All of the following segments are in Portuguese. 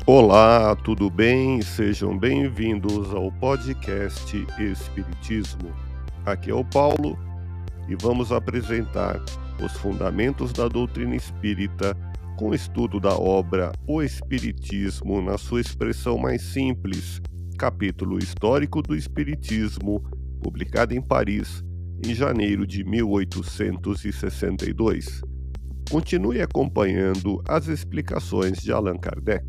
Olá, tudo bem? Sejam bem-vindos ao podcast Espiritismo. Aqui é o Paulo e vamos apresentar os fundamentos da doutrina espírita com estudo da obra O Espiritismo na sua expressão mais simples, capítulo histórico do Espiritismo, publicado em Paris em janeiro de 1862. Continue acompanhando as explicações de Allan Kardec.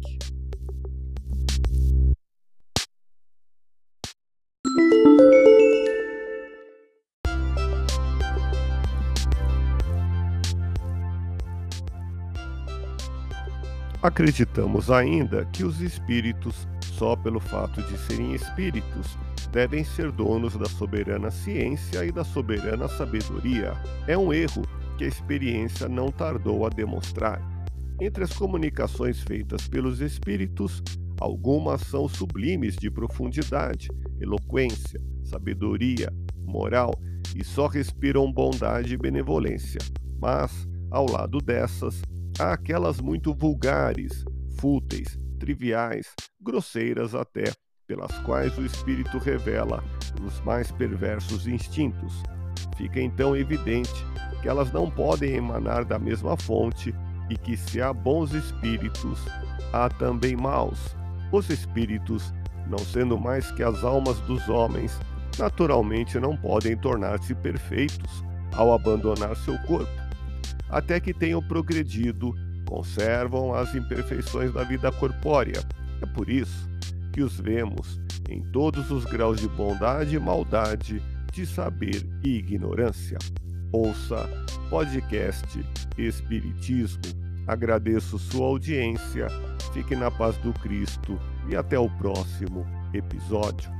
Acreditamos ainda que os espíritos, só pelo fato de serem espíritos, devem ser donos da soberana ciência e da soberana sabedoria. É um erro que a experiência não tardou a demonstrar. Entre as comunicações feitas pelos espíritos, algumas são sublimes de profundidade, eloquência, sabedoria, moral e só respiram bondade e benevolência. Mas, ao lado dessas, há aquelas muito vulgares, fúteis, triviais, grosseiras até, pelas quais o espírito revela os mais perversos instintos. Fica então evidente que elas não podem emanar da mesma fonte e que se há bons espíritos, há também maus. Os espíritos, não sendo mais que as almas dos homens, naturalmente não podem tornar-se perfeitos ao abandonar seu corpo. Até que tenham progredido, conservam as imperfeições da vida corpórea. É por isso que os vemos em todos os graus de bondade e maldade, de saber e ignorância. Ouça podcast Espiritismo. Agradeço sua audiência, fique na paz do Cristo e até o próximo episódio.